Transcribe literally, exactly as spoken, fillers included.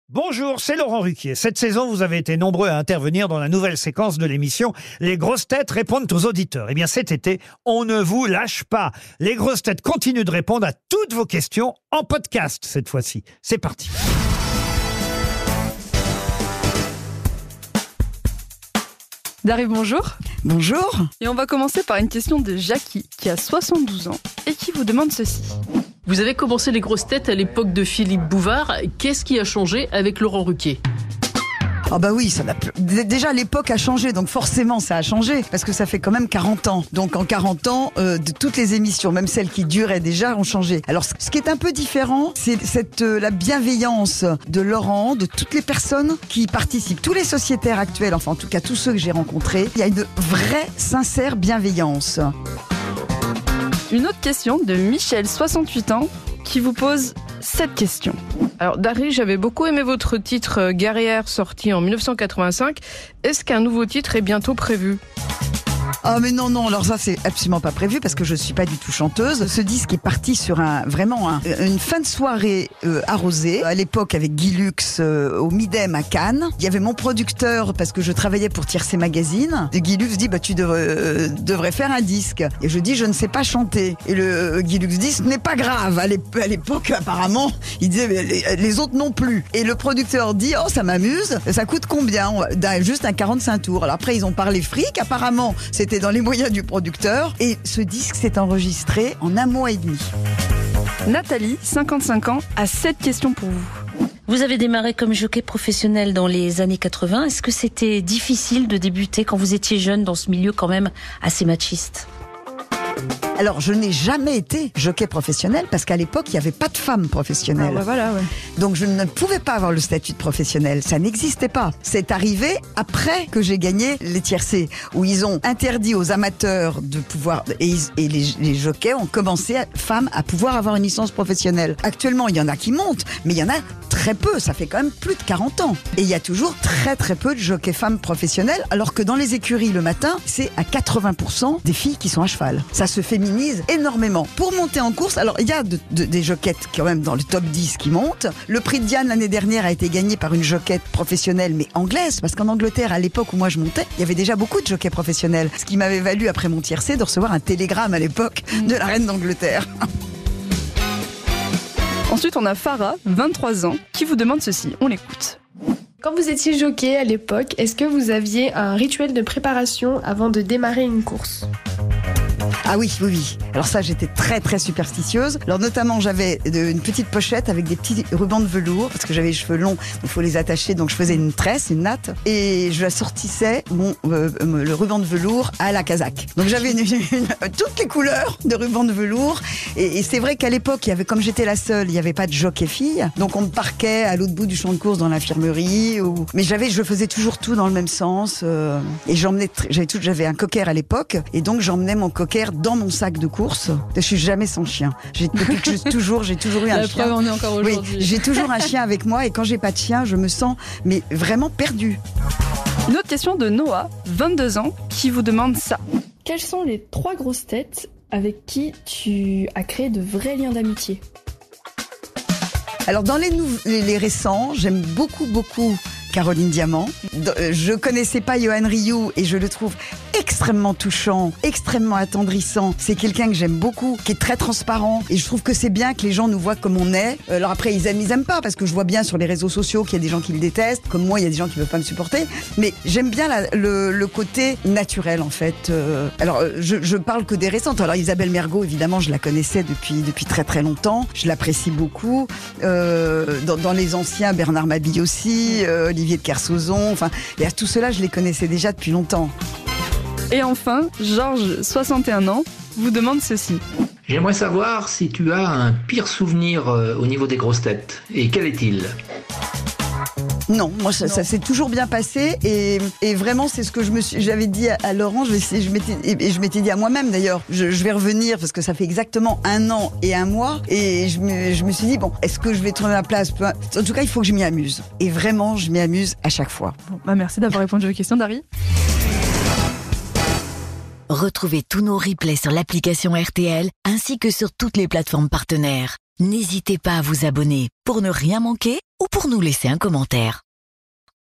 Bonjour, c'est Laurent Ruquier. Cette saison, vous avez été nombreux à intervenir dans la nouvelle séquence de l'émission « Les grosses têtes répondent aux auditeurs ». Eh bien, cet été, on ne vous lâche pas. Les grosses têtes continuent de répondre à toutes vos questions en podcast cette fois-ci. C'est parti. Dari, bonjour. Bonjour. Et on va commencer par une question de Jackie, qui a soixante-douze ans, et qui vous demande ceci. Vous avez commencé les grosses têtes à l'époque de Philippe Bouvard. Qu'est-ce qui a changé avec Laurent Ruquier ? Ah bah oui, ça n'a... déjà l'époque a changé, donc forcément ça a changé, parce que ça fait quand même quarante ans. Donc en quarante ans, euh, de toutes les émissions, même celles qui duraient déjà, ont changé. Alors ce qui est un peu différent, c'est cette, euh, la bienveillance de Laurent, de toutes les personnes qui participent, tous les sociétaires actuels, enfin en tout cas tous ceux que j'ai rencontrés. Il y a une vraie, sincère bienveillance. Une autre question de Michel, soixante-huit ans, qui vous pose cette question. Alors Dari, j'avais beaucoup aimé votre titre Guerrière sorti en dix-neuf cent quatre-vingt-cinq. Est-ce qu'un nouveau titre est bientôt prévu ? Ah mais non, non, alors ça c'est absolument pas prévu parce que je suis pas du tout chanteuse. Ce disque est parti sur un vraiment un, une fin de soirée euh, arrosée, à l'époque avec Guy Lux euh, au Midem à Cannes. Il y avait mon producteur, parce que je travaillais pour Tiercé Magazine, et Guy Lux dit bah tu devrais, euh, devrais faire un disque. Et je dis je ne sais pas chanter. Et le euh, Guy Lux dit ce n'est pas grave. À l'époque apparemment, il disait mais les, les autres non plus. Et le producteur dit oh ça m'amuse, ça coûte combien ? Juste un quarante-cinq tours. Alors après ils ont parlé fric, apparemment c'était dans les moyens du producteur, et ce disque s'est enregistré en un mois et demi. Nathalie, cinquante-cinq ans, a sept questions pour vous. Vous avez démarré comme jockey professionnel dans les années quatre-vingts. Est-ce que c'était difficile de débuter quand vous étiez jeune dans ce milieu quand même assez machiste ? Alors, je n'ai jamais été jockey professionnel parce qu'à l'époque, il n'y avait pas de femme professionnelle. Ah bah voilà, ouais. Donc, je ne pouvais pas avoir le statut de professionnel. Ça n'existait pas. C'est arrivé après que j'ai gagné les tiercés, où ils ont interdit aux amateurs de pouvoir... Et, ils, et les, les jockeys ont commencé, à, femmes, à pouvoir avoir une licence professionnelle. Actuellement, il y en a qui montent, mais il y en a très peu. Ça fait quand même plus de quarante ans. Et il y a toujours très très peu de jockeys femmes professionnelles, alors que dans les écuries, le matin, c'est à quatre-vingts pour cent des filles qui sont à cheval. Ça se féminise énormément. Pour monter en course, alors il y a de, de, des jockettes quand même dans le top dix qui montent. Le prix de Diane l'année dernière a été gagné par une jockeyette professionnelle, mais anglaise, parce qu'en Angleterre, à l'époque où moi je montais, il y avait déjà beaucoup de jockeys professionnels. Ce qui m'avait valu, après mon tiercé, de recevoir un télégramme à l'époque de la reine d'Angleterre. Ensuite, on a Farah, vingt-trois ans, qui vous demande ceci. On l'écoute. Quand vous étiez jockey à l'époque, est-ce que vous aviez un rituel de préparation avant de démarrer une course ? Ah oui, oui, oui. Alors ça, j'étais très, très superstitieuse. Alors notamment, j'avais une petite pochette avec des petits rubans de velours, parce que j'avais les cheveux longs, il faut les attacher, donc je faisais une tresse, une natte, et je assortissais mon, euh, le ruban de velours à la casaque. Donc j'avais une, une, toutes les couleurs de ruban de velours, et, et c'est vrai qu'à l'époque, il y avait, comme j'étais la seule, il n'y avait pas de jockey fille, donc on me parquait à l'autre bout du champ de course dans l'infirmerie, ou... mais j'avais, je faisais toujours tout dans le même sens, euh, et j'emmenais, j'avais, tout, j'avais un cocker à l'époque, et donc j'emmenais mon cocker dans mon sac de course. Je suis jamais sans chien. J'ai, depuis que je, toujours, j'ai toujours eu un La chien. preuve, on est encore aujourd'hui. Oui, j'ai toujours un chien avec moi, et quand j'ai pas de chien, je me sens mais vraiment perdue. Une autre question de Noah, vingt-deux ans, qui vous demande ça. Quelles sont les trois grosses têtes avec qui tu as créé de vrais liens d'amitié ? Alors dans les, nou- les, les récents, j'aime beaucoup, beaucoup Caroline Diamant. Je connaissais pas Yoann Rioux et je le trouve extrêmement touchant, extrêmement attendrissant. C'est quelqu'un que j'aime beaucoup, qui est très transparent, et je trouve que c'est bien que les gens nous voient comme on est. Alors après, ils aiment, ils aiment pas, parce que je vois bien sur les réseaux sociaux qu'il y a des gens qui le détestent. Comme moi, il y a des gens qui veulent pas me supporter. Mais j'aime bien la, le, le côté naturel, en fait. Euh, alors, je, je parle que des récentes. Alors Isabelle Mergo, évidemment, je la connaissais depuis, depuis très très longtemps. Je l'apprécie beaucoup. Euh, dans, dans les anciens, Bernard Mabille aussi, euh, Olivier de Kersauzon. Enfin, et à tout cela, je les connaissais déjà depuis longtemps. Et enfin, Georges, soixante et un ans, vous demande ceci. J'aimerais savoir si tu as un pire souvenir euh, au niveau des grosses têtes. Et quel est-il ? Non, moi ça, ça s'est toujours bien passé, et, et vraiment c'est ce que je me suis, j'avais dit à, à Laurent, je, vais, je m'étais, et je m'étais dit à moi-même d'ailleurs, je, je vais revenir parce que ça fait exactement un an et un mois, et je me, je me suis dit bon, est-ce que je vais trouver ma place ? En tout cas, il faut que je m'y amuse, et vraiment je m'y amuse à chaque fois. Bon, bah merci d'avoir répondu aux questions, Dari. Retrouvez tous nos replays sur l'application R T L ainsi que sur toutes les plateformes partenaires. N'hésitez pas à vous abonner pour ne rien manquer ou pour nous laisser un commentaire.